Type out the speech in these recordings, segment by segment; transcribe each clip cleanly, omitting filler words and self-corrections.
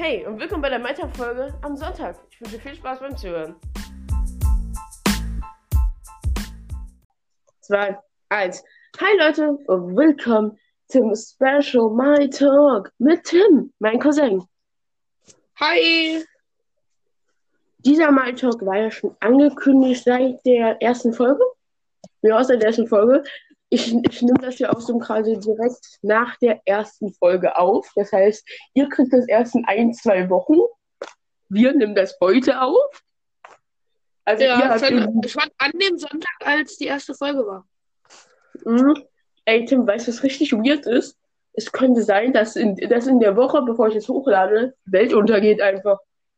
Hey und willkommen bei der Meta-Folge am Sonntag. Ich wünsche viel Spaß beim Zuhören. 2, 1. Hi Leute und willkommen zum Special My Talk mit Tim, mein Cousin. Hi! Dieser My Talk war ja schon angekündigt seit der ersten Folge. Ja, aus der ersten Folge. Ich nehme das ja auch so gerade direkt nach der ersten Folge auf. Das heißt, ihr kriegt das erst in 1-2 Wochen. Wir nehmen das heute auf. Also ihr Ja, habt schon an dem Sonntag, als die erste Folge war. Ey, Tim, weißt du, was richtig weird ist? Es könnte sein, dass in der Woche, bevor ich es hochlade, die Welt untergeht einfach.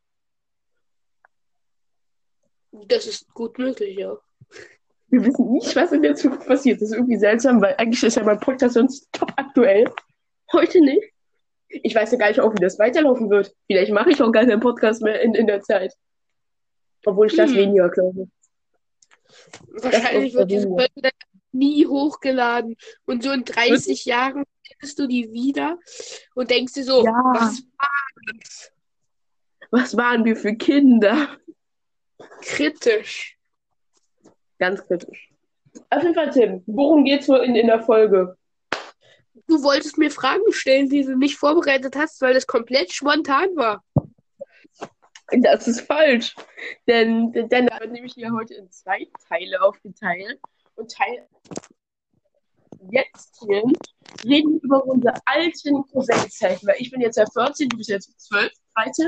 Das ist gut möglich, ja. Wir wissen nicht, was in der Zukunft passiert. Das ist irgendwie seltsam, weil eigentlich ist ja mein Podcast sonst top aktuell. Heute nicht. Ich weiß ja gar nicht auch, wie das weiterlaufen wird. Vielleicht mache ich auch gar keinen Podcast mehr in der Zeit. Obwohl ich das weniger glaube. Wahrscheinlich wird diese Folge dann nie hochgeladen. Und so in 30 Jahren findest du die wieder und denkst dir so, Ja. was war das? Was waren wir für Kinder? Kritisch. Ganz kritisch. Auf jeden Fall, Tim, worum geht's wohl in der Folge? Du wolltest mir Fragen stellen, die du nicht vorbereitet hast, weil das komplett spontan war. Das ist falsch. Denn da wird nämlich hier heute in 2 Teile aufgeteilt. Und Teil jetzt hier reden wir über unsere alten Cousinzeiten. Weil ich bin jetzt ja 14, du bist jetzt 12, 13.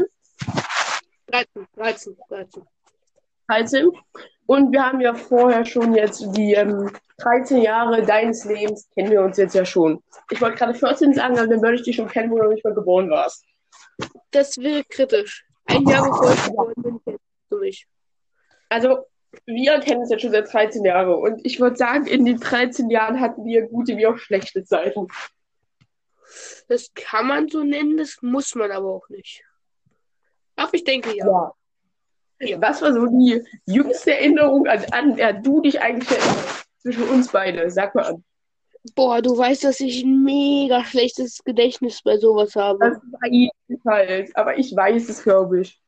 13. Und wir haben ja vorher schon jetzt die 13 Jahre deines Lebens, kennen wir uns jetzt ja schon. Ich wollte gerade 14 sagen, aber dann würde ich dich schon kennen, wo du noch nicht mal geboren warst. Das wäre kritisch. Ein Jahr bevor ich geboren bin, kennst du mich. Also, wir kennen uns jetzt schon seit 13 Jahren. Und ich würde sagen, in den 13 Jahren hatten wir gute wie auch schlechte Zeiten. Das kann man so nennen, das muss man aber auch nicht. Aber ich denke ja. Was war so die jüngste Erinnerung, an der du dich eigentlich erinnerst zwischen uns beide? Sag mal an. Boah, du weißt, dass ich ein mega schlechtes Gedächtnis bei sowas habe. Das weiß ich halt, aber ich weiß es, glaube ich.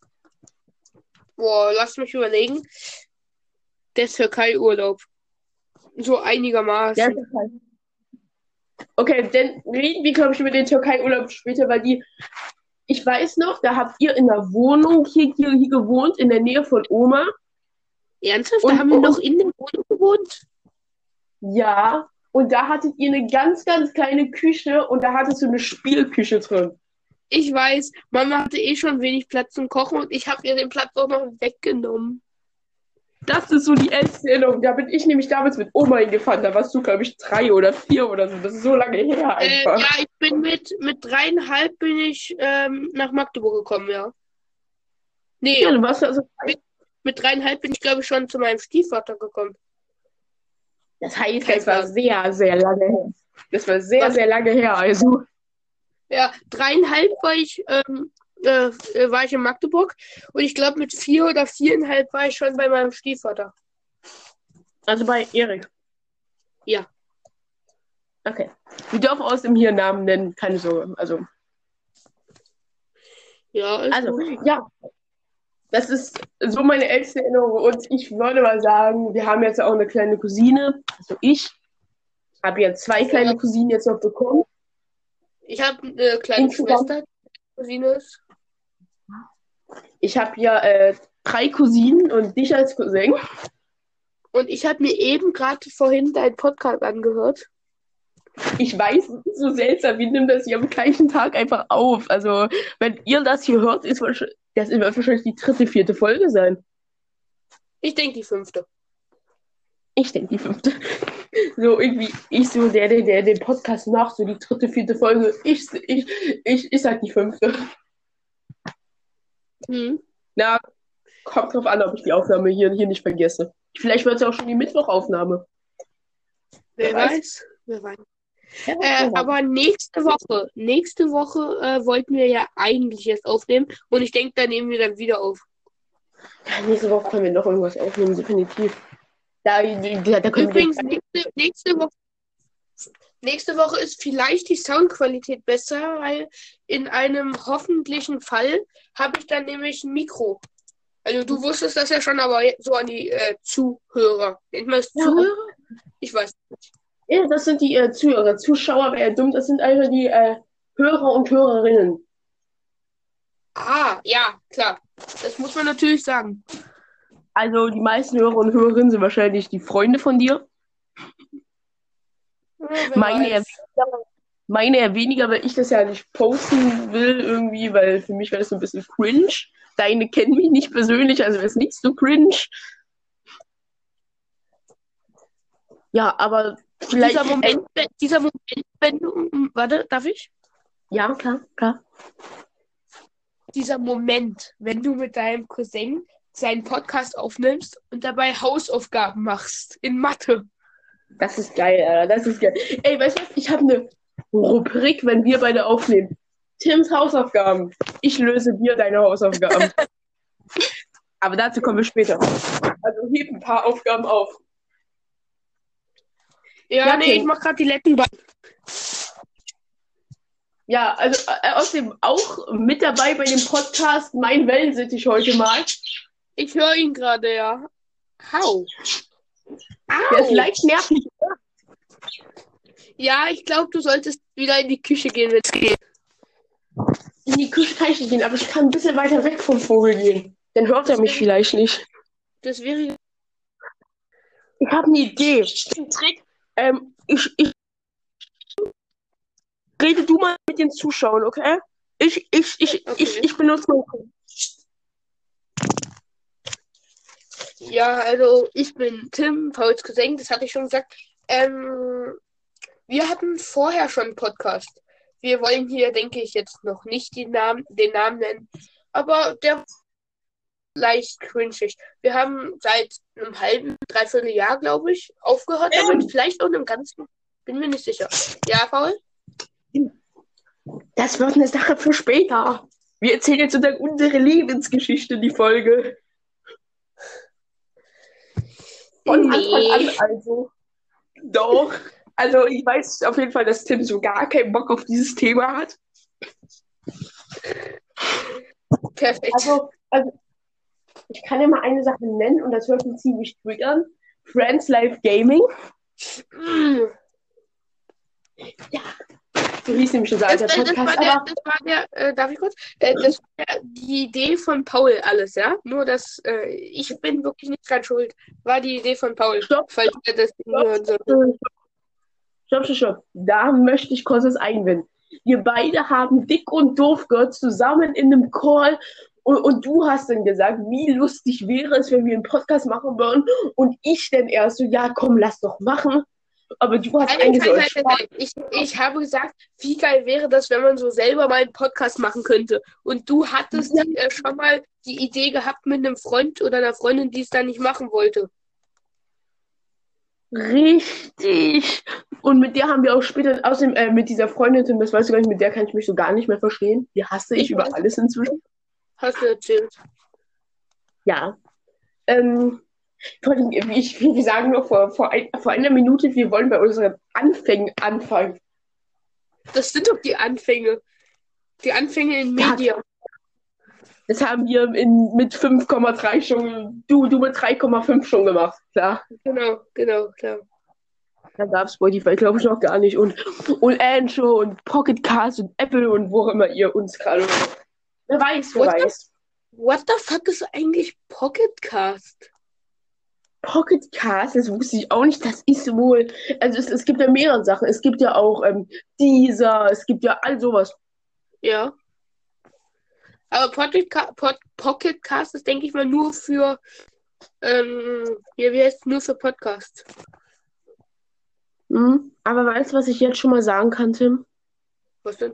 Boah, lass mich überlegen. Der Türkei-Urlaub. So einigermaßen. Okay, dann reden wir, glaube ich, über den Türkei-Urlaub später, weil ich weiß noch, da habt ihr in der Wohnung hier gewohnt, in der Nähe von Oma. Ernsthaft? Da haben wir noch in der Wohnung gewohnt? Ja, und da hattet ihr eine ganz, ganz kleine Küche und da hattest du eine Spielküche drin. Ich weiß, Mama hatte eh schon wenig Platz zum Kochen und ich habe ihr den Platz auch noch weggenommen. Das ist so die älteste Erinnerung. Da bin ich nämlich damals mit Oma hingefahren. Da warst du, glaube ich, 3 oder 4 oder so. Das ist so lange her einfach. Ja, ich bin mit 3,5 bin ich nach Magdeburg gekommen, ja. Nee, Ja, du warst also mit 3,5 bin ich, glaube ich, schon zu meinem Stiefvater gekommen. Das heißt, das war sehr, sehr lange her. Das war sehr, sehr lange her, also. Ja, 3,5 war ich in Magdeburg und ich glaube mit 4 oder 4,5 war ich schon bei meinem Stiefvater. Also bei Erik. Ja. Okay. Wir dürfen außerdem hier Namen nennen, keine Sorge. Also. Ja, ja. Das ist so meine älteste Erinnerung. Und ich würde mal sagen, wir haben jetzt auch eine kleine Cousine. Also ich habe jetzt 2 kleine Cousinen jetzt noch bekommen. Ich habe eine kleine Schwester, die Cousine ist. Ich habe ja 3 Cousinen und dich als Cousin. Und ich habe mir eben gerade vorhin deinen Podcast angehört. Ich weiß, es ist so seltsam. Wir nehmen das hier am gleichen Tag einfach auf. Also, wenn ihr das hier hört, wird wahrscheinlich die 3., 4. Folge sein. Ich denke die 5. Ich denke die 5. So irgendwie, ich so der den Podcast macht, so die 3., 4. Folge. Ich sag die 5. Na, kommt drauf an, ob ich die Aufnahme hier nicht vergesse. Vielleicht wird es auch schon die Mittwochaufnahme. Wer weiß. Aber nächste Woche wollten wir ja eigentlich erst aufnehmen und ich denke, da nehmen wir dann wieder auf. Ja, nächste Woche können wir noch irgendwas aufnehmen, definitiv. Da können Übrigens, nächste Woche Nächste Woche ist vielleicht die Soundqualität besser, weil in einem hoffentlichen Fall habe ich dann nämlich ein Mikro. Also du wusstest das ja schon, aber so an die Zuhörer. Nennt man es Zuhörer? Ich weiß nicht. Ja, das sind die Zuhörer. Zuschauer wäre dumm, das sind einfach die Hörer und Hörerinnen. Ah, ja, klar. Das muss man natürlich sagen. Also die meisten Hörer und Hörerinnen sind wahrscheinlich die Freunde von dir. Ja, meine eher weniger, weil ich das ja nicht posten will irgendwie, weil für mich wäre das so ein bisschen cringe. Deine kennen mich nicht persönlich, also wäre es nicht so cringe. Ja, aber vielleicht... Dieser Moment, wenn du... Warte, darf ich? Ja, klar. Dieser Moment, wenn du mit deinem Cousin seinen Podcast aufnimmst und dabei Hausaufgaben machst in Mathe. Das ist geil, Alter. Das ist geil. Ey, weißt du was? Ich habe eine Rubrik, wenn wir beide aufnehmen. Tims Hausaufgaben. Ich löse dir deine Hausaufgaben. Aber dazu kommen wir später. Also heb ein paar Aufgaben auf. Ja, nee, ich mach gerade die letzten beiden. Ja, also außerdem auch mit dabei bei dem Podcast Mein Wellensittich heute mal. Ich höre ihn gerade, ja. Au. Der ist leicht nervig. Ja, ich glaube, du solltest wieder in die Küche gehen, wenn es geht. In die Küche kann ich nicht gehen, aber ich kann ein bisschen weiter weg vom Vogel gehen. Dann hört er mich vielleicht nicht. Das wäre... Ich habe eine Idee. Ein Trick. Ich rede du mal mit den Zuschauern, okay? Ich benutze mein Kopf. Ja, also ich bin Tim, Pauls Cousin, das hatte ich schon gesagt. Wir hatten vorher schon einen Podcast. Wir wollen hier, denke ich, jetzt noch nicht den Namen nennen, aber der leicht cringig. Wir haben seit einem halben, dreiviertel Jahr, glaube ich, aufgehört damit. Vielleicht auch einem ganzen, bin mir nicht sicher. Ja, Paul? Das wird eine Sache für später. Wir erzählen jetzt unsere Lebensgeschichte, die Folge. Von Anfang an also. Doch. Also ich weiß auf jeden Fall, dass Tim so gar keinen Bock auf dieses Thema hat. Perfekt. Also ich kann ja mal eine Sache nennen und das wird mich ziemlich triggern. Friends Live Gaming. Ja. So hieß nämlich unser alter Podcast. Darf ich kurz? Das war die Idee von Paul alles, ja? Nur, dass ich bin wirklich nicht dran schuld. War die Idee von Paul. Stopp. Da möchte ich kurz was einwenden. Wir beide haben Dick und Doof gehört zusammen in einem Call und du hast dann gesagt, wie lustig wäre es, wenn wir einen Podcast machen würden und ich dann erst so, ja komm, lass doch machen. Aber du hast Ich habe gesagt, wie geil wäre das, wenn man so selber mal einen Podcast machen könnte. Und du hattest schon mal die Idee gehabt mit einem Freund oder einer Freundin, die es dann nicht machen wollte. Richtig. Und mit der haben wir auch später, außerdem mit dieser Freundin, das weißt du gar nicht, mit der kann ich mich so gar nicht mehr verstehen. Die hasse ich über alles inzwischen. Hast du erzählt? Ja. Wir sagen nur vor einer Minute, wir wollen bei unseren Anfängen anfangen. Das sind doch die Anfänge. Die Anfänge in Medien. Das haben wir mit 5,3 schon, du mit 3,5 schon gemacht, klar. Genau, klar. Da gab es Spotify, glaube ich, noch gar nicht. Und Anchor und Pocket Cast und Apple und wo auch immer ihr uns gerade... Wer weiß. What the fuck ist eigentlich Pocket Cast? Pocket Cast, das wusste ich auch nicht, das ist wohl, also es gibt ja mehrere Sachen, es gibt ja auch Deezer, es gibt ja all sowas. Ja. Aber Pocket Cast ist, denke ich mal, nur für, wie heißt es, nur für Podcasts. Aber weißt du, was ich jetzt schon mal sagen kann, Tim? Was denn?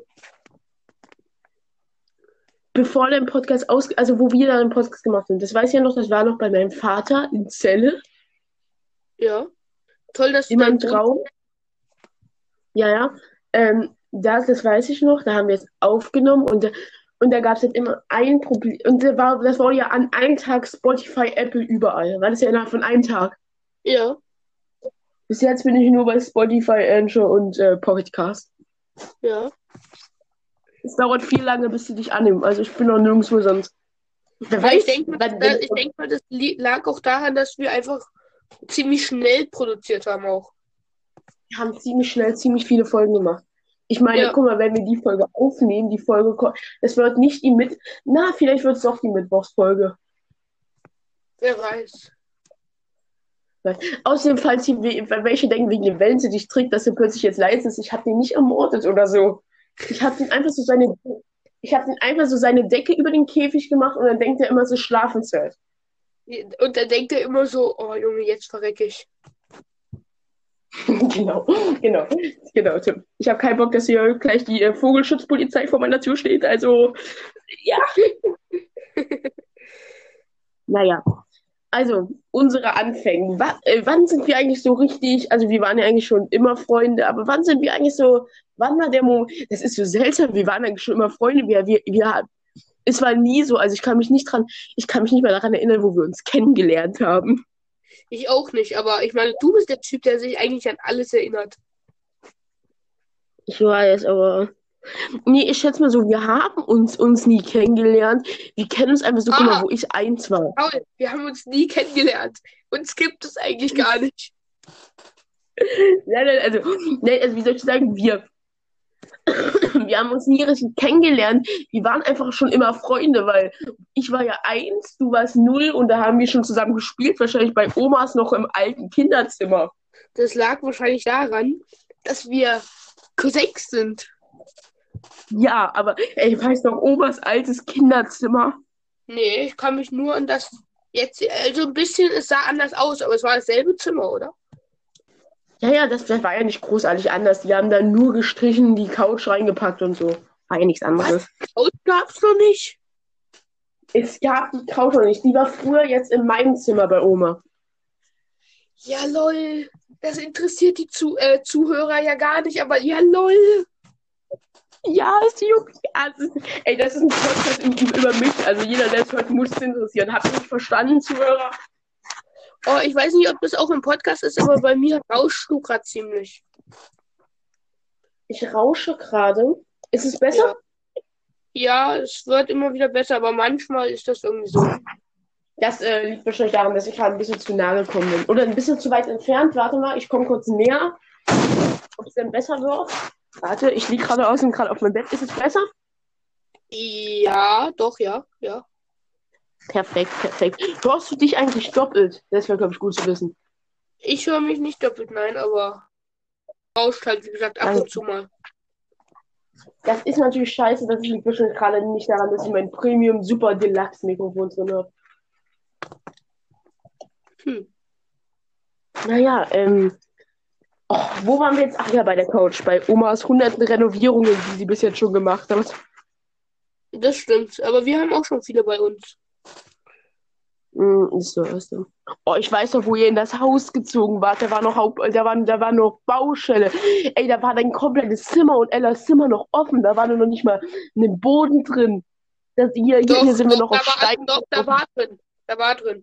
Bevor der Podcast also wo wir dann den Podcast gemacht haben, das weiß ich ja noch, das war noch bei meinem Vater in Celle. Ja. Toll, dass du in meinem Traum. Ja. Das weiß ich noch, da haben wir es aufgenommen und da gab es halt immer ein Problem. Und das war ja an einem Tag Spotify, Apple, überall. War das ja innerhalb von einem Tag. Ja. Bis jetzt bin ich nur bei Spotify, Anchor und Pocket Cast. Ja. Es dauert viel lange, bis sie dich annehmen. Also ich bin noch nirgendwo sonst. Wer Ja, ich weiß, denke mal, ich denk mal, das lag auch daran, dass wir einfach ziemlich schnell produziert haben auch. wir haben ziemlich schnell ziemlich viele Folgen gemacht. Ich meine, Ja, guck mal, wenn wir die Folge aufnehmen, es wird nicht vielleicht wird es doch die Mittwochsfolge. wer weiß. Außerdem, falls hier welche denken, wegen dem Wellensittich-Trick, dass er plötzlich jetzt leise ist, ich habe den nicht ermordet oder so. Ich habe den einfach so seine Decke über den Käfig gemacht und dann denkt er immer so Schlafenszeit. Und dann denkt er immer so, oh Junge, jetzt verrecke ich. Genau, genau, genau, Tim. Ich habe keinen Bock, dass hier gleich die Vogelschutzpolizei vor meiner Tür steht. Also, ja. Naja, also unsere Anfänge. Wann sind wir eigentlich so richtig? Also, wir waren ja eigentlich schon immer Freunde, aber wann sind wir eigentlich so? Wann war der Moment? Das ist so seltsam. Wir waren eigentlich schon immer Freunde. Es war nie so. Also, ich kann mich nicht mehr daran erinnern, wo wir uns kennengelernt haben. Ich auch nicht, aber ich meine, du bist der Typ, der sich eigentlich an alles erinnert. Ich weiß, aber. Nee, ich schätze mal so, wir haben uns nie kennengelernt. Wir kennen uns einfach so, guck mal, Ah, wo ich 1 war. Paul, wir haben uns nie kennengelernt. Uns gibt es eigentlich gar nicht. Nein, nein, also wie soll ich sagen, wir haben uns nie richtig kennengelernt. Wir waren einfach schon immer Freunde, weil ich war ja 1, du warst 0 und da haben wir schon zusammen gespielt, wahrscheinlich bei Omas noch im alten Kinderzimmer. Das lag wahrscheinlich daran, dass wir Cousins sind. Ja, aber ey, ich weiß noch, Omas altes Kinderzimmer. Nee, ich kann mich nur an das jetzt, also ein bisschen, es sah anders aus, aber es war dasselbe Zimmer, oder? Ja, ja, das war ja nicht großartig anders. Die haben da nur gestrichen, die Couch reingepackt und so. War ja nichts Was? anderes. Couch gab's noch nicht? Es gab die Couch noch nicht. Die war früher jetzt in meinem Zimmer bei Oma. Ja, lol. Das interessiert die Zuhörer ja gar nicht, aber ja, lol. Ja, es juckt. Ey, das ist ein Podcast über mich. Also jeder, der es hört, muss es interessieren. Habt ihr nicht verstanden, Zuhörer? Oh, ich weiß nicht, ob das auch im Podcast ist, aber bei mir rauschst du gerade ziemlich. Ich rausche gerade. Ist es besser? Ja, es wird immer wieder besser, aber manchmal ist das irgendwie so. Das liegt wahrscheinlich daran, dass ich gerade ein bisschen zu nahe gekommen bin. Oder ein bisschen zu weit entfernt. Warte mal, ich komme kurz näher. Ob es denn besser wird? Warte, ich liege gerade außen, gerade auf meinem Bett. Ist es besser? Ja, doch, ja, ja. Perfekt, perfekt. Hörst du dich eigentlich doppelt? Das wäre, glaube ich, gut zu wissen. Ich höre mich nicht doppelt, nein, aber rauscht halt, wie gesagt, ab und zu mal. Das ist natürlich scheiße, das liegt wahrscheinlich gerade nicht daran, dass ich mein Premium Super Deluxe Mikrofon drin habe. Hm. Naja, wo waren wir jetzt? Ach ja, bei der Couch, bei Omas hunderten Renovierungen, die sie bis jetzt schon gemacht hat. Das stimmt, aber wir haben auch schon viele bei uns. Ist so, ist so. Oh, ich weiß noch, wo ihr in das Haus gezogen wart. Da war noch Baustelle. Ey, da war dein komplettes Zimmer und Ellas Zimmer noch offen. Da war noch nicht mal ein Boden drin. Hier sind wir noch auf Stein. Doch, da war drin. Da war drin.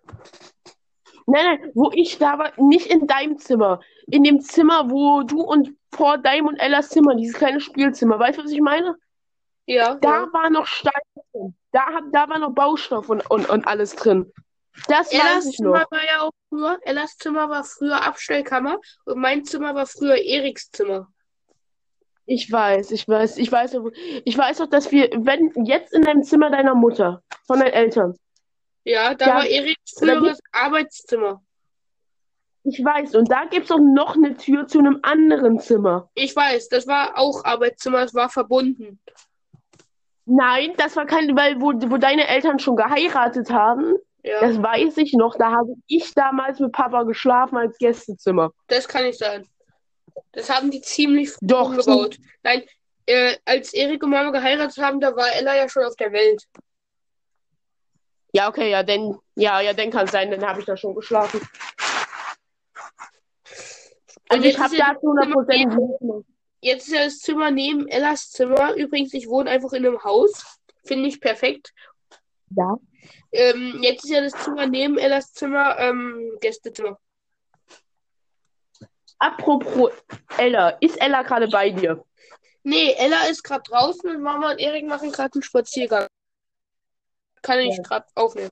Nein, wo ich da war, nicht in deinem Zimmer. In dem Zimmer, wo du und vor deinem und Ellas Zimmer, dieses kleine Spielzimmer. Weißt du, was ich meine? Ja, Da ja. war noch Stein drin. Da war noch Baustoff und alles drin. Das weiß Ellas ich Zimmer noch. war ja auch früher. Ellas Zimmer war früher Abstellkammer und mein Zimmer war früher Eriks Zimmer. Ich weiß, ich weiß, ich weiß auch, dass wenn jetzt in deinem Zimmer deiner Mutter, von deinen Eltern, Ja, da war da, Eriks da gibt, früheres Arbeitszimmer. ich weiß, und da gibt es auch noch eine Tür zu einem anderen Zimmer. Ich weiß, das war auch Arbeitszimmer, es war verbunden. Nein, das war wo deine Eltern schon geheiratet haben. Ja, Das weiß ich noch. Da habe ich damals mit Papa geschlafen als Gästezimmer. das kann nicht sein. Das haben die ziemlich früh Doch, umgebaut. Nein, als Erik und Mama geheiratet haben, da war Ella ja schon auf der Welt. ja, okay, dann kann es sein, dann habe ich da schon geschlafen. Also ich habe da zu 100%. Jetzt ist ja das Zimmer neben Ellas Zimmer. Übrigens, ich wohne einfach in einem Haus. Finde ich perfekt. Ja. Jetzt ist ja das Zimmer neben Ellas Zimmer Gästezimmer. Apropos Ella, ist Ella gerade bei dir? Nee, Ella ist gerade draußen und Mama und Erik machen gerade einen Spaziergang. Kann ich Ja. gerade aufnehmen.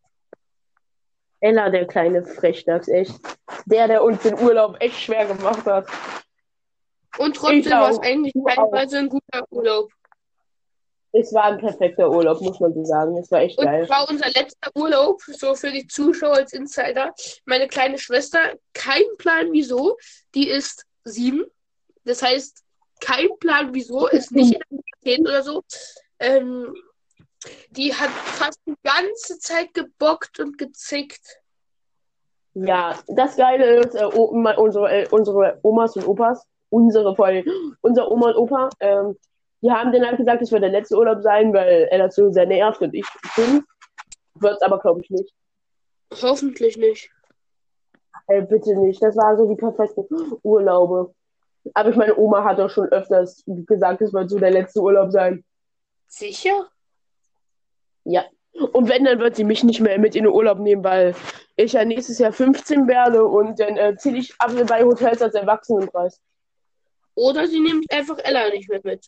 Ella, der kleine Frechdachs, echt. Der uns den Urlaub echt schwer gemacht hat. Und Ich trotzdem war es auch. eigentlich Du auch. teilweise ein guter Urlaub. Es war ein perfekter Urlaub, muss man so sagen. Es war echt Und geil. war unser letzter Urlaub, so für die Zuschauer als Insider. Meine kleine Schwester, kein Plan wieso, die ist 7. Das heißt, kein Plan wieso, ist nicht in der Pubertät oder so. Ähm, Die hat fast die ganze Zeit gebockt und gezickt. Ja, das Geile ist, unsere Omas und Opas, vor allem, unser Oma und Opa, die haben dann halt gesagt, es wird der letzte Urlaub sein, weil er das so sehr nervt und ich bin. Wird es aber, glaube ich, nicht. Hoffentlich nicht. Bitte nicht. Das waren so die perfekten Urlaube. Aber ich meine, Oma hat doch schon öfters gesagt, es wird so der letzte Urlaub sein. Sicher? Ja. Und wenn, dann wird sie mich nicht mehr mit in den Urlaub nehmen, weil ich ja nächstes Jahr 15 werde und dann zähle ich ab bei Hotels als Erwachsenenpreis. Oder sie nimmt einfach Ella nicht mehr mit.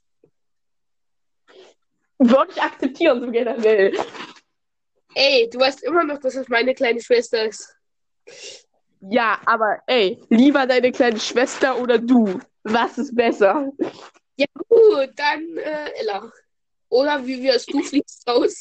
Würde ich akzeptieren, so generell. Ey, du weißt immer noch, dass es meine kleine Schwester ist. Ja, aber ey, lieber deine kleine Schwester oder du? Was ist besser? Ja gut, dann Ella. Oder wie wirst du fliegst raus?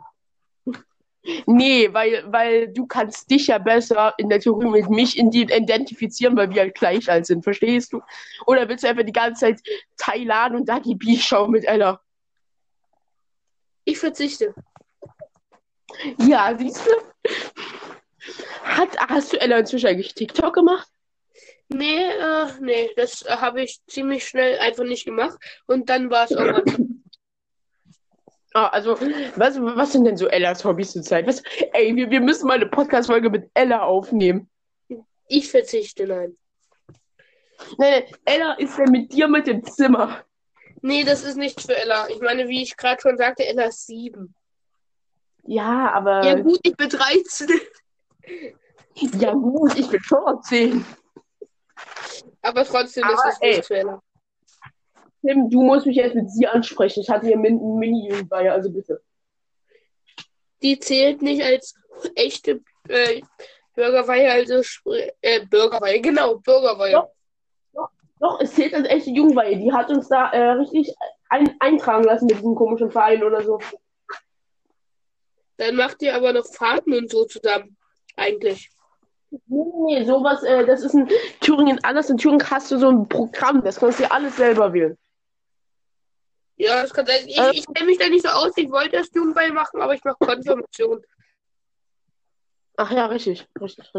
Nee, weil du kannst dich ja besser in der Theorie mit mich identifizieren, weil wir halt gleich alt sind, verstehst du? Oder willst du einfach die ganze Zeit Thailand und Dagi B schauen mit Ella? Ich verzichte. Ja, siehst du? Hast du Ella inzwischen eigentlich TikTok gemacht? Nee, das habe ich ziemlich schnell einfach nicht gemacht. Und dann war es irgendwann. Ah, also, was sind denn so Ellas Hobbys zurzeit? Ey, wir müssen mal eine Podcast-Folge mit Ella aufnehmen. Ich verzichte, nein. Nein, Ella ist ja mit dir mit dem Zimmer. Nee, das ist nicht für Ella. Ich meine, wie ich gerade schon sagte, Ella ist 7. Ja, Ja aber. gut, ich bin 13. Ja, gut, ich bin schon 10. Aber trotzdem ist Aber, es nicht für Ella. Tim, du musst mich jetzt mit sie ansprechen. Ich hatte hier Mini-Jugendweihe, also bitte. Die zählt nicht als echte Bürgerweihe, also Bürgerweihe, genau, Bürgerweihe. Doch, doch, doch, es zählt als echte Jugendweihe. Die hat uns da richtig eintragen lassen mit diesem komischen Verein oder so. Dann macht ihr aber noch Fahrten und so zusammen, eigentlich. Nee, sowas, das ist in Thüringen anders. In Thüringen hast du so ein Programm, das kannst du dir alles selber wählen. Ja, das kann sein. Ich kenne mich da nicht so aus. Ich wollte das Jugendweihe machen, aber ich mache Konfirmation. Ach ja, richtig.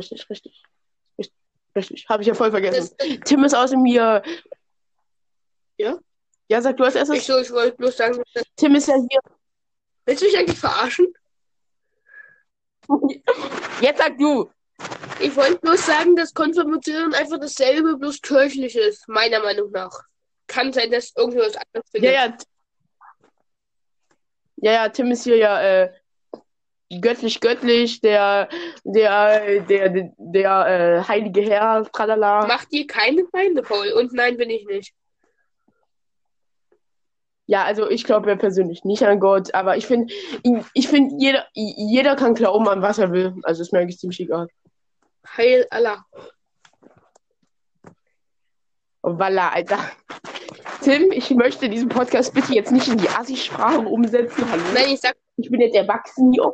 Richtig. Habe ich ja voll vergessen. Das, Tim ist außerdem hier. ja? Ja, sag du als erstes. Ich wollte bloß sagen, Tim ist ja hier. willst du mich eigentlich verarschen? Jetzt sag du. Ich wollte bloß sagen, dass Konfirmation einfach dasselbe, bloß kirchlich ist, meiner Meinung nach. Kann sein, dass irgendwas anderes findet. Ja, Tim ist hier ja göttlich, der heilige Herr, tralala. Macht dir keine Feinde, Paul. Und nein, bin ich nicht. Ja, also ich glaube ja persönlich nicht an Gott, aber ich finde, jeder kann glauben an was er will. Also ist mir eigentlich ziemlich egal. Heil Allah. Voila, Alter. Tim, ich möchte diesen Podcast bitte jetzt nicht in die Assi-Sprache umsetzen. Hallo? Nein, ich sag, Ich bin jetzt erwachsen hier.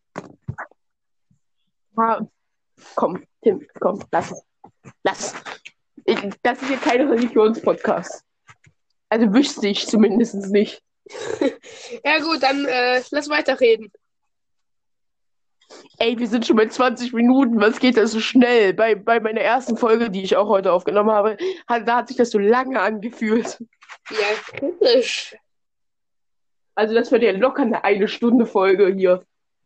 Komm, Tim, komm, lass es. Das ist hier kein Religionspodcast. Also wüsste ich zumindest nicht. ja gut, dann lass weiterreden. Ey, wir sind schon bei 20 Minuten. Was geht das so schnell? Bei meiner ersten Folge, die ich auch heute aufgenommen habe, da hat sich das so lange angefühlt. Ja, kritisch. Also das wird ja locker eine Stunde Folge hier.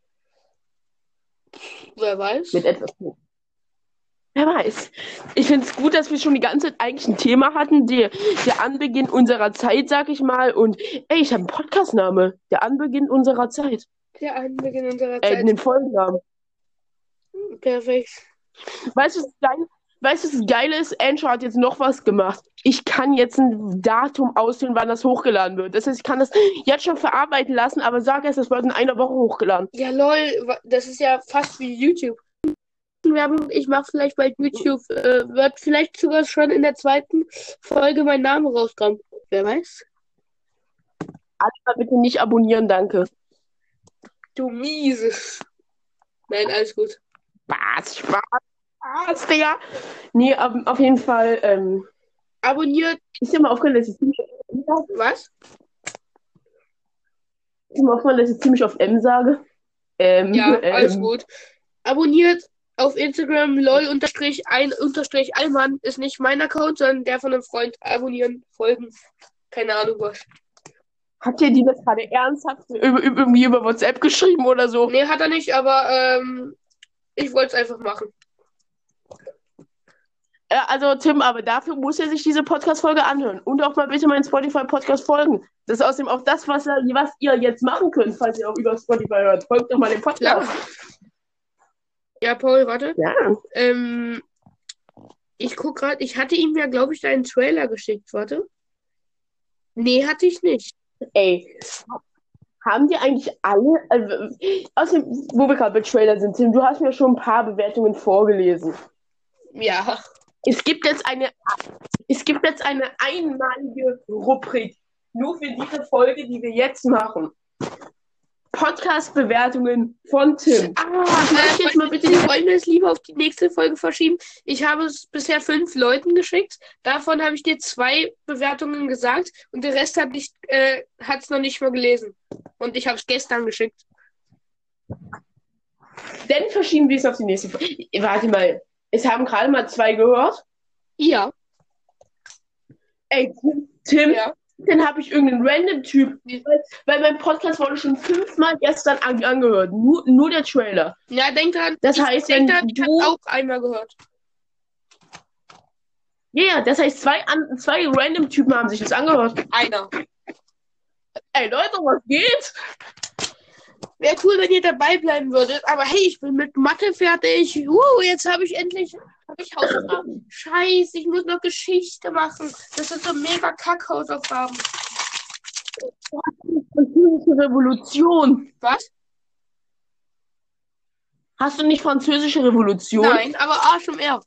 Wer weiß. Mit etwas. Wer weiß. Ich finde es gut, dass wir schon die ganze Zeit eigentlich ein Thema hatten. Der Anbeginn unserer Zeit, sag ich mal. Und ey, ich habe einen Podcastname. Der Anbeginn unserer Zeit. Der Anbeginn unserer Zeit. Den Folgennamen. Perfekt. Weißt du, was geil? weißt du, das Geile ist, Anchor hat jetzt noch was gemacht. Ich kann jetzt ein Datum auswählen, wann das hochgeladen wird. Das heißt, ich kann das jetzt schon verarbeiten lassen, aber sag erst, das wird in einer Woche hochgeladen. Ja, lol, das ist ja fast wie YouTube. Werbung, ich mache vielleicht bei YouTube, wird vielleicht sogar schon in der zweiten Folge mein Name rauskommen. Wer weiß? Aber bitte nicht abonnieren, danke. Du Mieses. Nein, alles gut. Spaß, Digga. Nee, auf jeden Fall, Abonniert. ist dir mal aufgefallen, dass ich ziemlich Was? auf M sage? Ja, alles gut. Abonniert auf Instagram lol_ein_allmann ist nicht mein Account, sondern der von einem Freund. Abonnieren, folgen. Keine Ahnung was. Habt ihr die das gerade ernsthaft irgendwie über WhatsApp geschrieben oder so? Nee, hat er nicht, aber ich wollte es einfach machen. Also Tim, aber dafür muss er sich diese Podcast-Folge anhören. Und auch mal bitte meinen Spotify-Podcast folgen. Das ist außerdem auch das, was ihr jetzt machen könnt, falls ihr auch über Spotify hört. Folgt doch mal dem Podcast. Ja, Paul, warte. Ja. Ich guck gerade, ich hatte ihm ja, glaube ich, deinen Trailer geschickt. Warte. Nee, hatte ich nicht. Ey, haben die eigentlich alle, außerdem, wo wir gerade bei Trailer sind, Tim, du hast mir schon ein paar Bewertungen vorgelesen. Ja. Es gibt jetzt eine einmalige Rubrik, nur für diese Folge, die wir jetzt machen. Podcast-Bewertungen von Tim. Wollen wir es lieber auf die nächste Folge verschieben? Ich habe es bisher 5 Leuten geschickt. Davon habe ich dir 2 Bewertungen gesagt und der Rest hat es noch nicht mal gelesen. Und ich habe es gestern geschickt. Dann verschieben wir es auf die nächste Folge. Warte mal, es haben gerade mal 2 gehört. Ja. Ey, Tim, Ja. dann habe ich irgendeinen Random-Typ, weil mein Podcast wurde schon 5-mal gestern angehört. Nur der Trailer. Ja, denk dran. Das heißt, wenn ich habe auch einmal gehört. Ja, das heißt, 2 Random-Typen haben sich das angehört. Einer. Ey, Leute, was geht? Wäre cool, wenn ihr dabei bleiben würdet. Aber hey, ich bin mit Mathe fertig. Jetzt habe ich endlich Hausaufgaben. Scheiße, ich muss noch Geschichte machen. Das sind so mega Kack-Hausaufgaben. Französische Revolution. Was? Hast du nicht Französische Revolution? Nein, aber ASMR.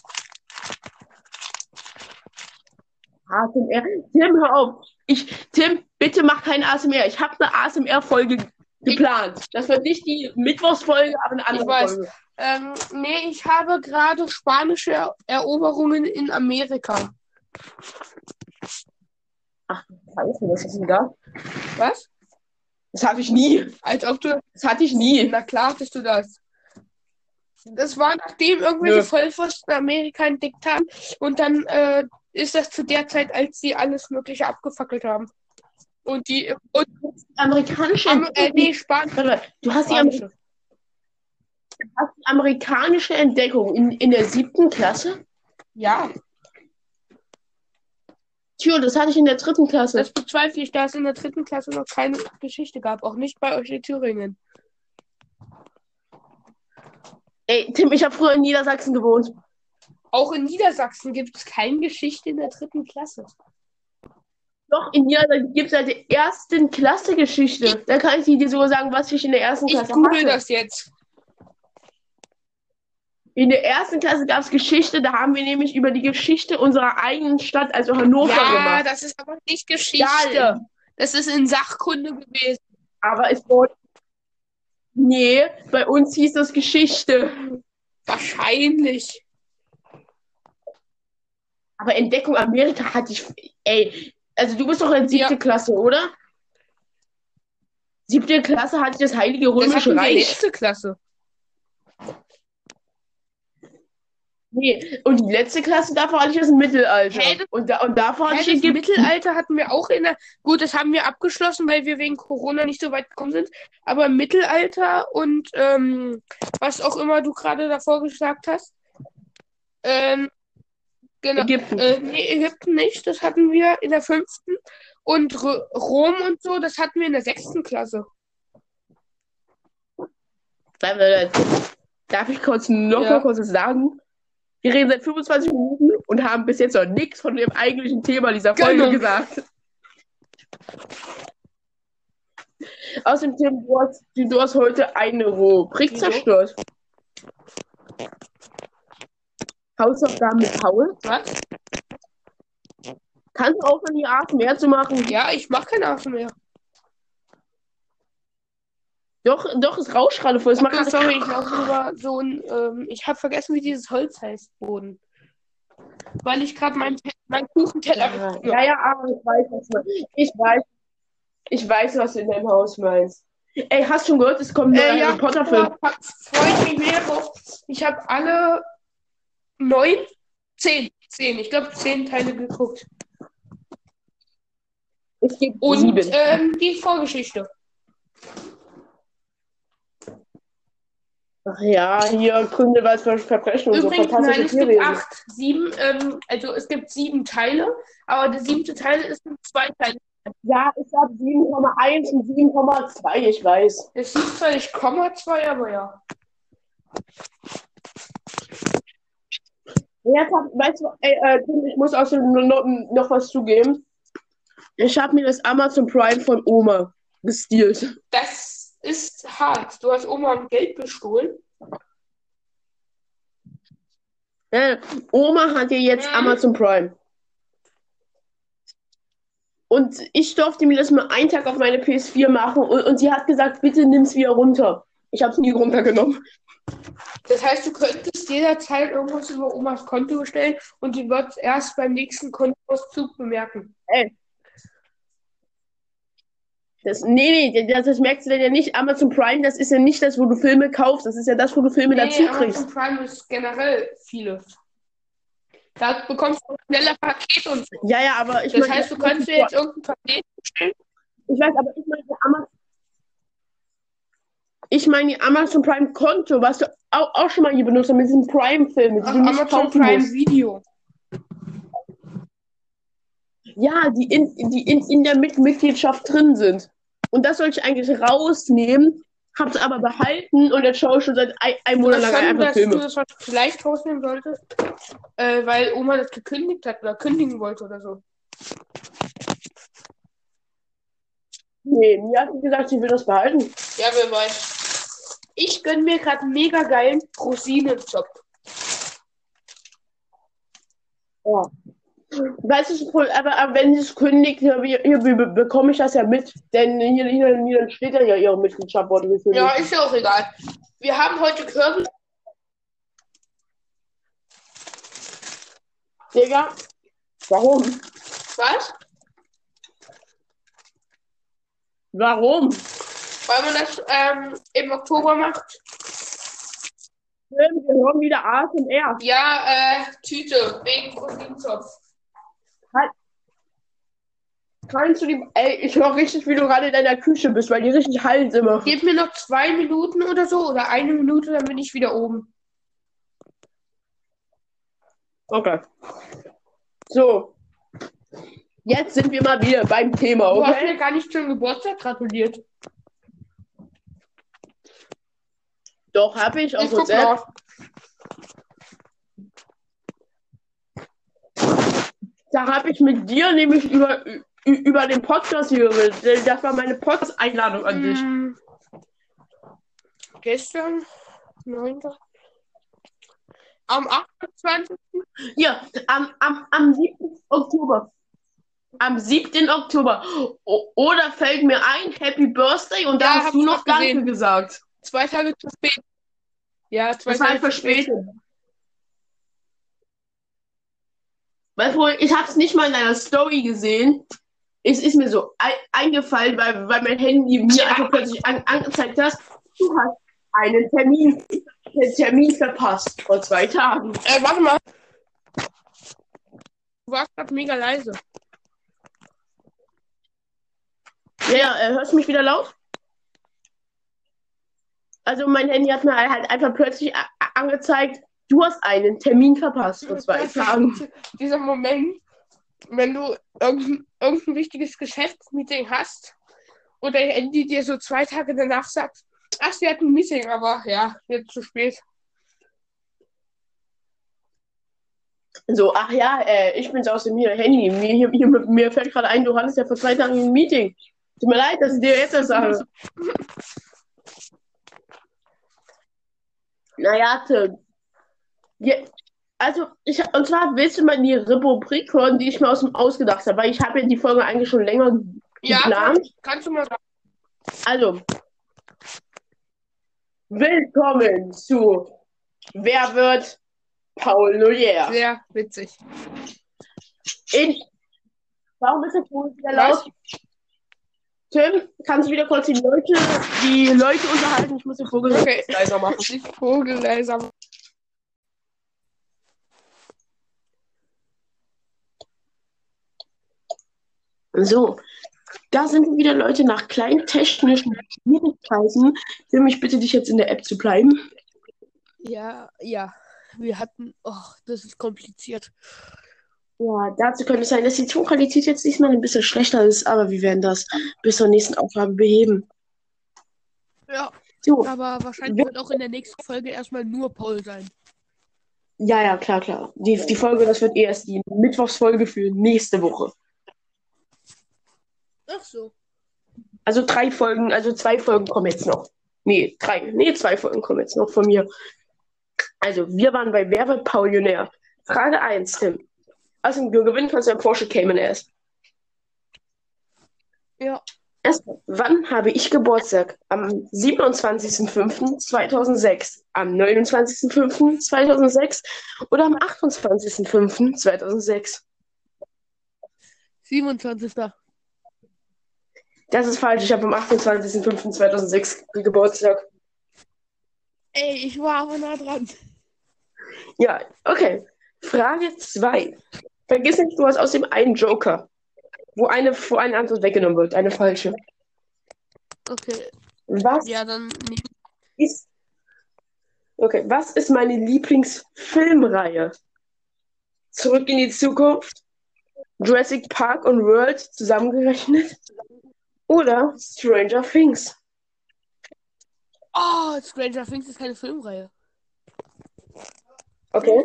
ASMR? Tim, hör auf. Tim, bitte mach kein ASMR. Ich habe eine ASMR-Folge geplant. Das wird nicht die Mittwochsfolge, aber eine andere Folge. Nee, ich habe gerade spanische Eroberungen in Amerika. Ach, scheiße, was ist denn da? Was? Das hatte ich nie. Als ob du... Das hatte ich nie. Na klar hattest du das. Das war, nachdem irgendwelche Vollpfosten Amerika entdeckt haben. Und dann ist das zu der Zeit, als sie alles Mögliche abgefackelt haben. Und die amerikanische Spanische. Du hast die amerikanische Entdeckung in der 7. Klasse? Ja. Tja, das hatte ich in der 3. Klasse. Das bezweifle ich, da es in der 3. Klasse noch keine Geschichte gab. Auch nicht bei euch in Thüringen. Ey, Tim, ich habe früher in Niedersachsen gewohnt. Auch in Niedersachsen gibt es keine Geschichte in der 3. Klasse. Doch, in Niedersachsen gibt es seit der 1. Klasse Geschichte. Da kann ich dir sogar sagen, was ich in der 1. Klasse Ich google hatte. das jetzt. In der 1. Klasse gab es Geschichte, da haben wir nämlich über die Geschichte unserer eigenen Stadt, also Hannover, gemacht. Ja, das ist aber nicht Geschichte. Ja. Das ist in Sachkunde gewesen. Aber es wurde... Nee, bei uns hieß das Geschichte. Wahrscheinlich. Aber Entdeckung Amerika hatte ich... Ey, also du bist doch in 7. Klasse, oder? 7. Klasse hatte ich das Heilige Römische Reich. Letzte Klasse. Nee, und die letzte Klasse, davor hatte ich das Mittelalter. Und davor hatte ich das Mittelalter hatten wir auch in der... Gut, das haben wir abgeschlossen, weil wir wegen Corona nicht so weit gekommen sind. Aber im Mittelalter und was auch immer du gerade davor gesagt hast. Genau. Ägypten. Nee, Ägypten nicht. Das hatten wir in der 5. Und Rom und so, das hatten wir in der 6. Klasse. Darf ich kurz noch mal kurz sagen? Wir reden seit 25 Minuten und haben bis jetzt noch nichts von dem eigentlichen Thema dieser Folge gesagt. Außerdem, Tim, du hast heute eine Rubrik zerstört. Hausaufgaben mit Paul. Was? Kannst du aufhören, die ASMR zu machen? Ja, ich mache keine ASMR. Doch, es rauscht gerade voll. Okay, sorry, ich laufe über so ein. Ich habe vergessen, wie dieses Holz heißt, Boden. Weil ich gerade meinen Kuchenteller. Ja, aber ich weiß, was du meinst. Ich weiß, was du in deinem Haus meinst. Ey, hast du schon gehört, es kommt ein neuer Harry Potter-Film? Freue ich mich mehr drauf. Ich habe alle 10. Ich glaube 10 Teile geguckt. Es gibt Und 7. Die Vorgeschichte. Ach ja, hier Grindelwalds Verbrechen und Übrigens, so. nein, es gibt 7. Also es gibt 7 Teile, aber der 7. Teil ist in 2 Teile. Ja, ich habe 7,1 und 7,2, ich weiß. Es hieß zwar nicht 2, aber ja. Jetzt weißt du, Tim, ich muss auch noch was zugeben. Ich habe mir das Amazon Prime von Oma gestealt. Das ist hart. Du hast Oma Geld bestohlen. Oma hat ja jetzt Amazon Prime. Und ich durfte mir das mal einen Tag auf meine PS4 machen und sie hat gesagt, bitte nimm's wieder runter. Ich habe es nie runtergenommen. Das heißt, du könntest jederzeit irgendwas über Omas Konto bestellen und die wird es erst beim nächsten Kontoauszug bemerken. Das merkst du denn ja nicht. Amazon Prime, das ist ja nicht das, wo du Filme kaufst. Das ist ja das, wo du Filme dazu kriegst. Amazon Prime ist generell vieles. Da bekommst du schneller Pakete und so. Ja, aber ich Das meine, heißt, du kannst dir jetzt irgendein Paket bestellen? Ich weiß, aber ich meine die Amazon Prime Konto, was du auch schon mal hier benutzt hast, mit diesem Prime-Film, mit diesem Amazon Prime Video. Ja, die in der Mitgliedschaft drin sind. Und das sollte ich eigentlich rausnehmen, hab's aber behalten und jetzt schaue ich schon seit einem Monat lang einfach Filme. Du das vielleicht rausnehmen solltest, weil Oma das gekündigt hat oder kündigen wollte oder so. Nee, mir hat sie gesagt, sie will das behalten. Ja, wer weiß. Ich gönne mir gerade einen mega geilen Rosinenjob. Ja. Weißt du, aber wenn sie es kündigt, bekomme ich das ja mit. Denn hier steht ja ihre Mitgliedschaft wurde gekündigt. Ja, ist ja auch egal. Wir haben heute Kirby. Digga, warum? Was? Warum? Weil man das im Oktober macht. Wir hören wieder ASMR. Ja, Tüte, wegen Rosinentopf. Kannst du die. Ey, ich höre richtig, wie du gerade in deiner Küche bist, weil die richtig halt immer. Gib mir noch 2 Minuten oder so oder 1 Minute, dann bin ich wieder oben. Okay. So. Jetzt sind wir mal wieder beim Thema, okay? Du hast mir gar nicht zum Geburtstag gratuliert. Doch, habe ich auf WhatsApp. Da habe ich mit dir nämlich über den Podcast hier geredet. Das war meine Podcast-Einladung an dich. Gestern? 9. Am 28. Ja, am 7. Oktober. Am 7. Oktober. Oder fällt mir ein, Happy Birthday und da hast du noch Danke gesagt. 2 Tage zu spät. Ja, 2 Tage verspätet. Weil ich habe es nicht mal in deiner Story gesehen. Es ist mir so eingefallen, weil mein Handy mir einfach plötzlich angezeigt hat, du hast einen Termin verpasst vor 2 Tagen. Warte mal. Du warst gerade mega leise. Ja, hörst du mich wieder laut? Also mein Handy hat mir halt einfach plötzlich angezeigt, du hast einen Termin verpasst vor 2 Tagen. Dieser Moment, wenn du irgendein wichtiges Geschäftsmeeting hast und dein Handy dir so 2 Tage danach sagt, ach, wir hatten ein Meeting, aber ja, jetzt zu spät. So, ach ja, ich bin's aus dem Handy. Mir fällt gerade ein, du hattest ja vor 2 Tagen ein Meeting. Tut mir leid, dass ich dir jetzt das sage. Naja, Tim. Ja, also, und zwar willst du mal die Rubrik hören, die ich mir ausgedacht habe, weil ich habe ja die Folge eigentlich schon länger Ja, geplant. kannst du mal sagen. Also, willkommen zu Wer wird Paul Noyer? Sehr witzig. Warum ist der Ton wieder Was? laut? Tim, kannst du wieder kurz die Leute unterhalten? Ich muss den Vogel Okay. leiser machen. Die Vogel leiser. So, da sind wieder Leute nach kleinen technischen Schwierigkeiten. Tim, ich bitte dich jetzt in der App zu bleiben. Ja. Wir hatten. Oh, das ist kompliziert. Ja, dazu könnte es sein, dass die Tonqualität jetzt diesmal ein bisschen schlechter ist, aber wir werden das bis zur nächsten Aufgabe beheben. Ja. So, Aber wahrscheinlich wird auch in der nächsten Folge erstmal nur Paul sein. ja, klar. Die Folge, das wird erst die Mittwochsfolge für nächste Woche. Ach so. Also 3 Folgen, also 2 Folgen kommen jetzt noch. Nee, 3. Nee, 2 Folgen kommen jetzt noch von mir. Also, wir waren bei Wer wird Paulionär? Frage 1, Tim. Also, du gewinnen kannst du ein Porsche Cayman S. Ja. Erstmal, wann habe ich Geburtstag? Am 27.05.2006, am 29.05.2006 oder am 28.05.2006? 27. Das ist falsch, ich habe am 28.05.2006 Geburtstag. Ey, ich war aber nah dran. Ja, okay. Frage 2. Vergiss nicht, du hast aus dem einen Joker, wo eine Antwort weggenommen wird, eine falsche. Okay. Was Ja, dann. ist, was ist meine Lieblingsfilmreihe? Zurück in die Zukunft, Jurassic Park und World zusammengerechnet oder Stranger Things? Oh, Stranger Things ist keine Filmreihe. Okay.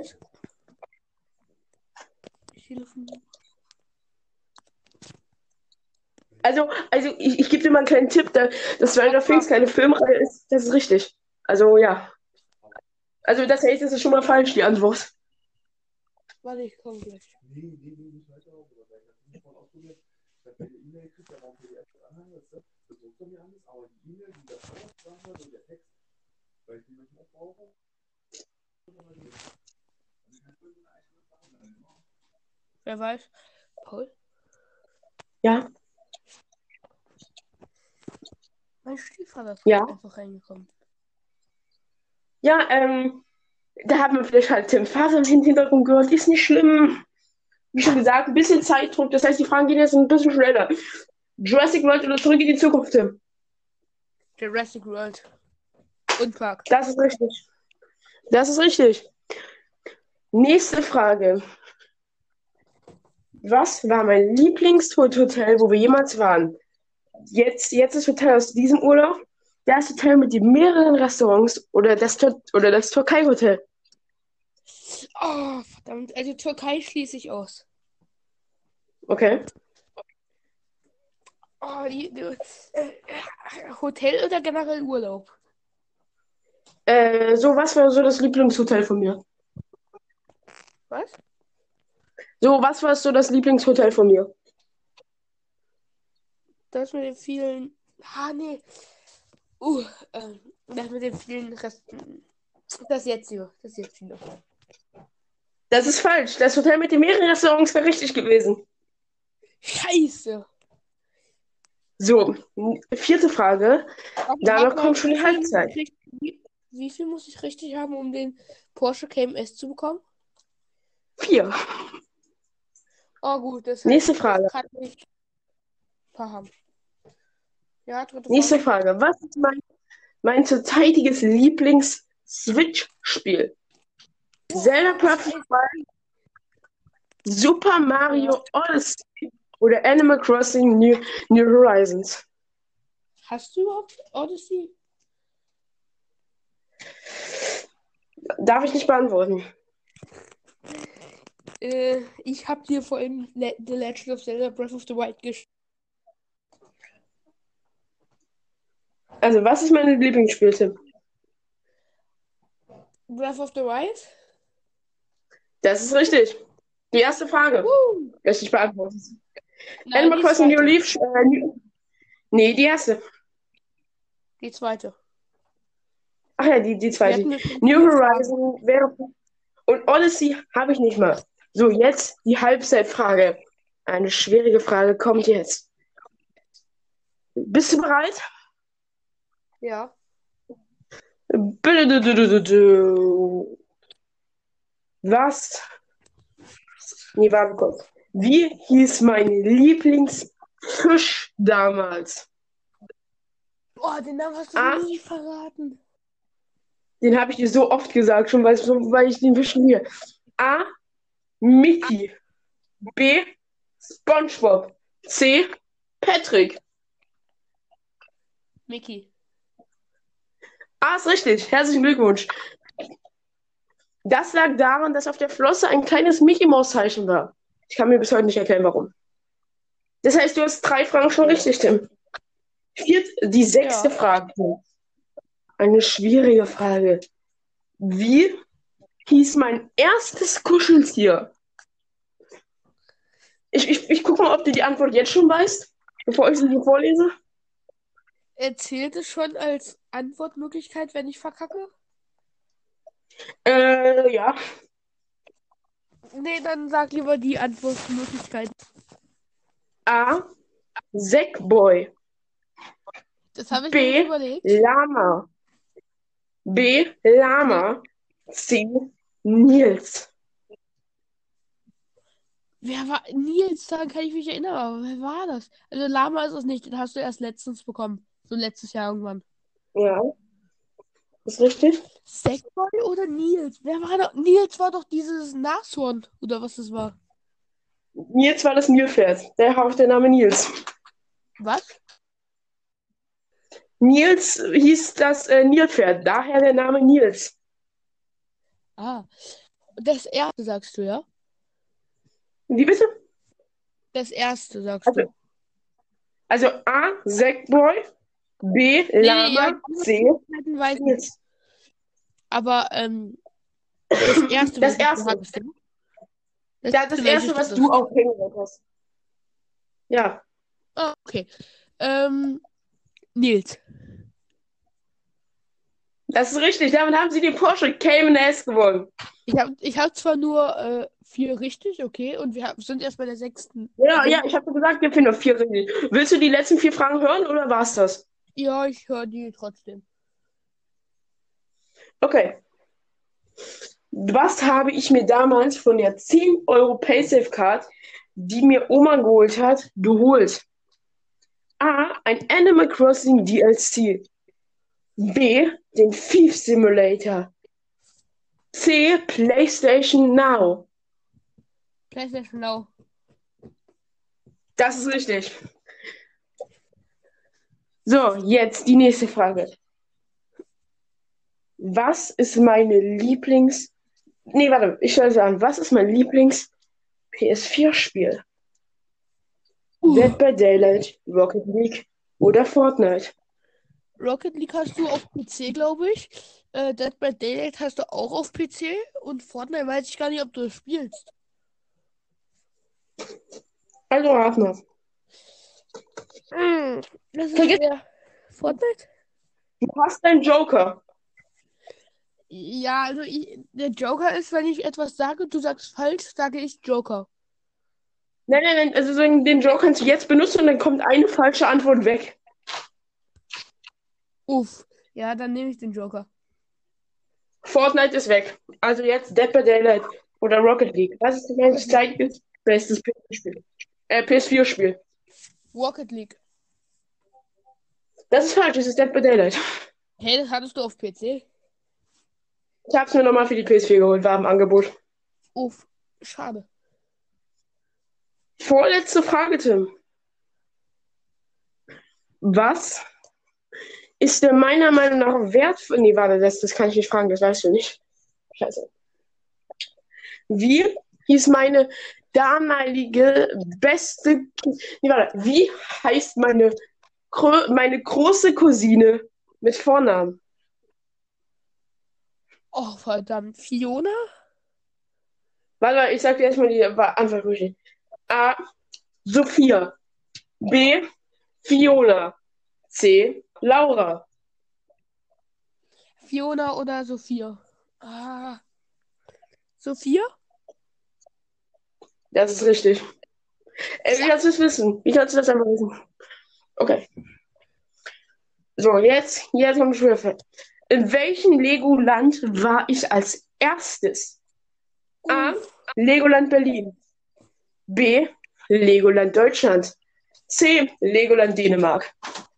Also ich gebe dir mal einen kleinen Tipp, dass Stranger Things keine Filmreihe ist, das ist richtig. Also ja. Also das heißt, das ist schon mal falsch, die Antwort. Warte, ich komme gleich. Wer weiß? Paul? Ja, Mein Stiefvater ist ja. einfach reingekommen. Ja, da haben wir vielleicht halt Tim Faser im Hintergrund gehört. Ist nicht schlimm. Wie schon gesagt, ein bisschen Zeitdruck. Das heißt, die Fragen gehen jetzt ein bisschen schneller. Jurassic World oder Zurück in die Zukunft, Tim? Jurassic World. Und Park. Das ist richtig. Das ist richtig. Nächste Frage. Was war mein Lieblingshotel, wo wir jemals waren? Jetzt das Hotel aus diesem Urlaub, das Hotel mit den mehreren Restaurants oder das Türkei-Hotel. Oh, verdammt. Also Türkei schließe ich aus. Okay. Oh, Hotel oder generell Urlaub? Was war so das Lieblingshotel von mir? Was? Was war so das Lieblingshotel von mir? Das mit den vielen. Nee. Das mit den vielen Resten. Das jetzige. Das ist falsch. Das Hotel mit den mehreren Restaurants wäre richtig gewesen. Scheiße. So, 4. Frage. Danach kommt schon die Halbzeit. Wie viel muss ich richtig haben, um den Porsche Cayman S zu bekommen? 4. Oh gut, das heißt, Nächste Frage. kann ich ein paar haben. Ja, dritte Nächste Frage. Frage. Was ist mein zurzeitiges Lieblings-Switch-Spiel? Zelda Breath of the Wild, Super Mario Odyssey oder Animal Crossing New Horizons? Hast du überhaupt Odyssey? Darf ich nicht beantworten. Ich habe dir vorhin The Legend of Zelda Breath of the Wild gespielt. Also, was ist mein Lieblingsspiel, Tim? Breath of the Wild? Das ist richtig. Die erste Frage. Woo! Richtig beantwortet. Nein, Animal die Crossing New zweite. Leaf. Nee, die erste. Die zweite. Ach ja, die Wir zweite. hatten bestimmt New 4 Fragen. Horizon wäre. Und Odyssey habe ich nicht mal. So, jetzt die Halbzeitfrage. Eine schwierige Frage kommt jetzt. Bist du bereit? Ja. Was? Nee, warte kurz. Wie hieß mein Lieblingsfisch damals? Boah, den Namen hast du A, mir nie verraten. den habe ich dir so oft gesagt, schon weil ich den Fisch liebe. A, Mickey. B, SpongeBob. C, Patrick. Mickey. A ist richtig. Herzlichen Glückwunsch. Das lag daran, dass auf der Flosse ein kleines Mickey-Maus-Zeichen war. Ich kann mir bis heute nicht erklären, warum. Das heißt, du hast 3 Fragen schon richtig, Tim. Die 6. Ja. Frage. Eine schwierige Frage. Wie hieß mein erstes Kuscheltier? Ich gucke mal, ob du die Antwort jetzt schon weißt, bevor ich sie dir vorlese. Zählt es schon als Antwortmöglichkeit, wenn ich verkacke? Ja. Nee, dann sag lieber die Antwortmöglichkeit. A. Sackboy. Das habe ich mir B. nicht überlegt. Lama. B. Lama. C. Nils. Wer war Nils? Daran kann ich mich erinnern, aber wer war das? Also Lama ist es nicht, den hast du erst letztens bekommen. So letztes Jahr irgendwann. Ja, ist richtig. Sackboy oder Nils? Wer war doch? Nils war doch dieses Nashorn, oder was das war. Nils war das Nilpferd. Daher auch der Name Nils. Was? Nils hieß das Nilpferd, daher der Name Nils. Ah. Das erste sagst du, ja? Wie bitte? Das erste sagst du. Also A. Sackboy. B. Nee, Lama. ja, C. weiß ich. Nils. Aber das erste, Das was du erste. hattest, ja? Ja, das welches erste, was das du ist. auch kennengelernt hast. Ja. Ah, okay. Nils. Das ist richtig. Damit haben sie den Porsche Cayman S gewonnen. Ich hab zwar nur 4 richtig, okay, und sind erst bei der 6. Ja, ich habe gesagt, wir finden noch 4 richtig. Willst du die letzten 4 Fragen hören oder war's das? Ja, ich höre die trotzdem. Okay. Was habe ich mir damals von der 10 € Paysafe Card, die mir Oma geholt hat, geholt? A. Ein Animal Crossing DLC. B. Den Thief Simulator. C. PlayStation Now. PlayStation Now. Das ist richtig. So, jetzt die nächste Frage. Was ist meine Lieblings... Nee, warte, ich stelle es an. Was ist mein Lieblings-PS4-Spiel? Dead by Daylight, Rocket League oder Fortnite? Rocket League hast du auf PC, glaube ich. Dead by Daylight hast du auch auf PC. Und Fortnite weiß ich gar nicht, ob du das spielst. Also rat mal. Das ist Vergiss, schwer. Fortnite? du hast deinen Joker. Ja, also der Joker ist, wenn ich etwas sage, du sagst falsch, sage ich Joker. Nein, also so den Joker kannst du jetzt benutzen und dann kommt eine falsche Antwort weg. Uff. Ja, dann nehme ich den Joker. Fortnite ist weg. Also jetzt Dead by Daylight oder Rocket League. Was ist dein bestes PS4-Spiel? PS4-Spiel. Rocket League. Das ist falsch, es ist Dead by Daylight. Hey, das hattest du auf PC? Ich habe es mir nochmal für die PS4 geholt, war im Angebot. Uff, schade. Vorletzte Frage, Tim. Was ist der meiner Meinung nach wertvoll? Nee, warte, das kann ich nicht fragen, das weißt du nicht. Scheiße. Wie hieß meine damalige beste. Nee, warte, wie heißt meine große Cousine mit Vornamen? Oh, verdammt. Fiona? Warte, ich sag dir erstmal die Antwort richtig. A. Sophia. B. Fiona. C. Laura. Fiona oder Sophia? Ah, Sophia? Das ist richtig. Wie Ja. kannst du das wissen? Wie kannst du das einfach wissen? Okay. So, jetzt kommt Schwierigkeit. In welchem Legoland war ich als erstes? A. Uff. Legoland Berlin. B. Legoland Deutschland. C. Legoland Dänemark.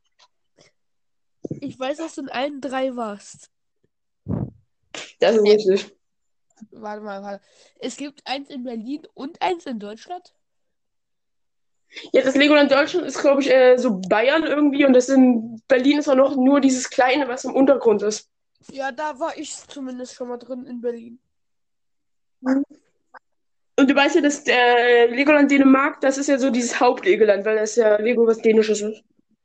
Ich weiß, dass du in allen drei warst. Das ist richtig. Warte. Es gibt eins in Berlin und eins in Deutschland? Ja, das Legoland Deutschland ist, glaube ich, so Bayern irgendwie und das in Berlin ist auch noch nur dieses kleine, was im Untergrund ist. Ja, da war ich zumindest schon mal drin in Berlin. Und du weißt ja, dass Legoland Dänemark, das ist ja so dieses Haupt-Legoland, weil das ja Lego was Dänisches ist.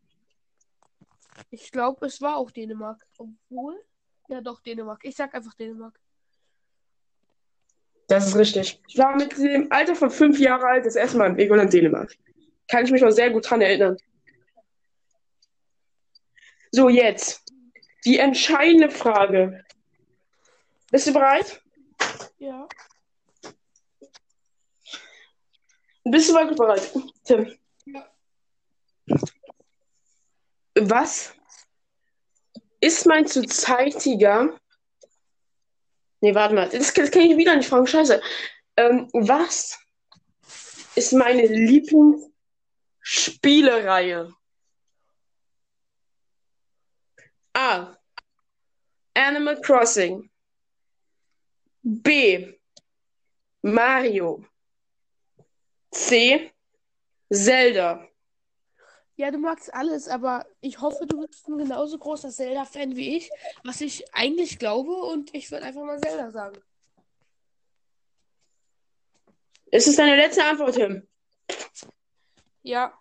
Ich glaube, es war auch Dänemark. Obwohl? Ja, doch, Dänemark. Ich sag einfach Dänemark. Das ist richtig. Ich war mit dem Alter von 5 Jahre alt das erste Mal in Legoland Dänemark. Kann ich mich noch sehr gut dran erinnern. So, jetzt die entscheidende Frage. Bist du bereit? Ja. Bist du wirklich bereit, Tim? Ja. Was ist mein zurzeitiger. Nee, warte mal. Das kann ich wieder nicht fragen. Scheiße. Was ist meine Lieblingsspielereihe? A. Animal Crossing. B. Mario. C. Zelda. Ja, du magst alles, aber ich hoffe, du bist ein genauso großer Zelda-Fan wie ich, was ich eigentlich glaube, und ich würde einfach mal Zelda sagen. Ist es deine letzte Antwort, Tim? Ja.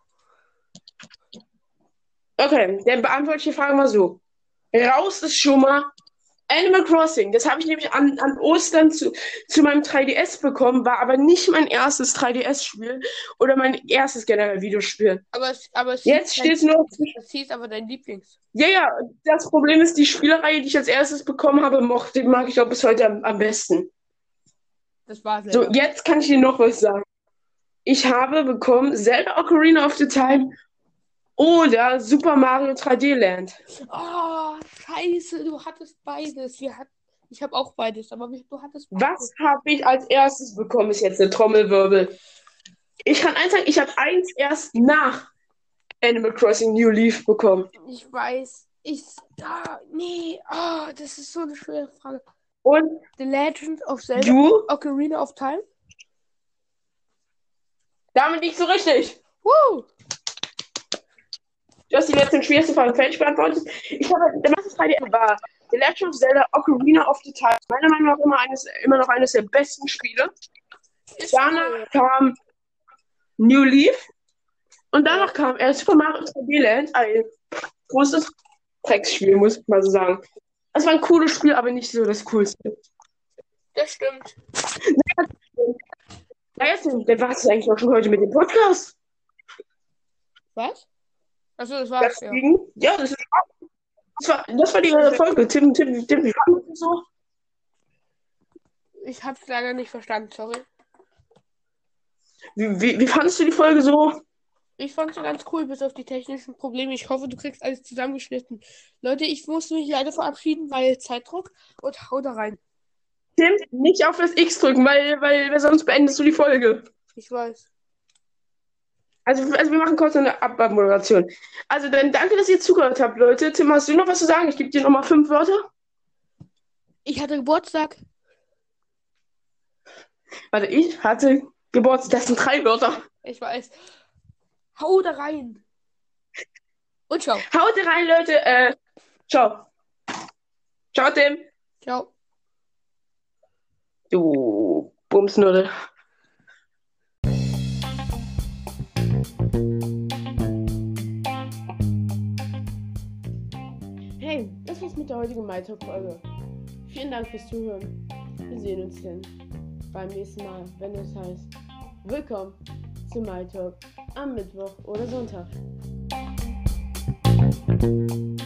Okay, dann beantworte ich die Frage mal so. Raus ist schon mal Animal Crossing. Das habe ich nämlich an Ostern zu meinem 3DS bekommen, war aber nicht mein erstes 3DS-Spiel oder mein erstes generell Videospiel. Aber es Jetzt steht es nur. es hieß aber dein Lieblings. Ja, das Problem ist, die Spielereihe, die ich als erstes bekommen habe, mag ich auch bis heute am besten. Das war So, Zelda. jetzt kann ich dir noch was sagen. Ich habe bekommen Zelda Ocarina of the Time oder Super Mario 3D Land. Oh, scheiße, du hattest beides. Ich habe auch beides, aber du hattest beides. Was habe ich als erstes bekommen, ist jetzt eine Trommelwirbel. Ich kann eins sagen, ich habe eins erst nach Animal Crossing New Leaf bekommen. Ich weiß. Nee. Das ist so eine schwere Frage. Und The Legend of Zelda du? Ocarina of Time? Damit liegst du richtig. Woo! Du hast die letzten schwerste Frage fertig beantwortet. Der Master 3D war The Legend of Zelda Ocarina of the Time. Meiner Meinung nach immer noch eines der besten Spiele. Danach kam New Leaf und danach kam Super Mario 3D Land, ein großes Drecksspiel, muss ich mal so sagen. Es war ein cooles Spiel, aber nicht so das coolste. Das stimmt. Ja, jetzt, dann war es eigentlich auch schon heute mit dem Podcast. Was? Achso, das war's, ja. Ja, das war die Folge. Tim, wie fandest du so? Ich hab's leider nicht verstanden, sorry. Wie fandest du die Folge so? Ich fand's ganz cool, bis auf die technischen Probleme. Ich hoffe, du kriegst alles zusammengeschnitten. Leute, ich muss mich leider verabschieden, weil Zeitdruck, und hau da rein. Tim, nicht auf das X drücken, weil sonst beendest du die Folge. Ich weiß. Also wir machen kurz eine Abmoderation. Also dann danke, dass ihr zugehört habt, Leute. Tim, hast du noch was zu sagen? Ich gebe dir nochmal 5 Wörter. Ich hatte Geburtstag. Warte, ich hatte Geburtstag. Das sind 3 Wörter. Ich weiß. Hau da rein. Und ciao. Haut rein, Leute. Ciao. Ciao, Tim. Ciao. Du Bumsnuddel. Okay, das war's mit der heutigen MyTalk-Folge. Vielen Dank fürs Zuhören. Wir sehen uns dann beim nächsten Mal, wenn es heißt Willkommen zu MyTalk am Mittwoch oder Sonntag.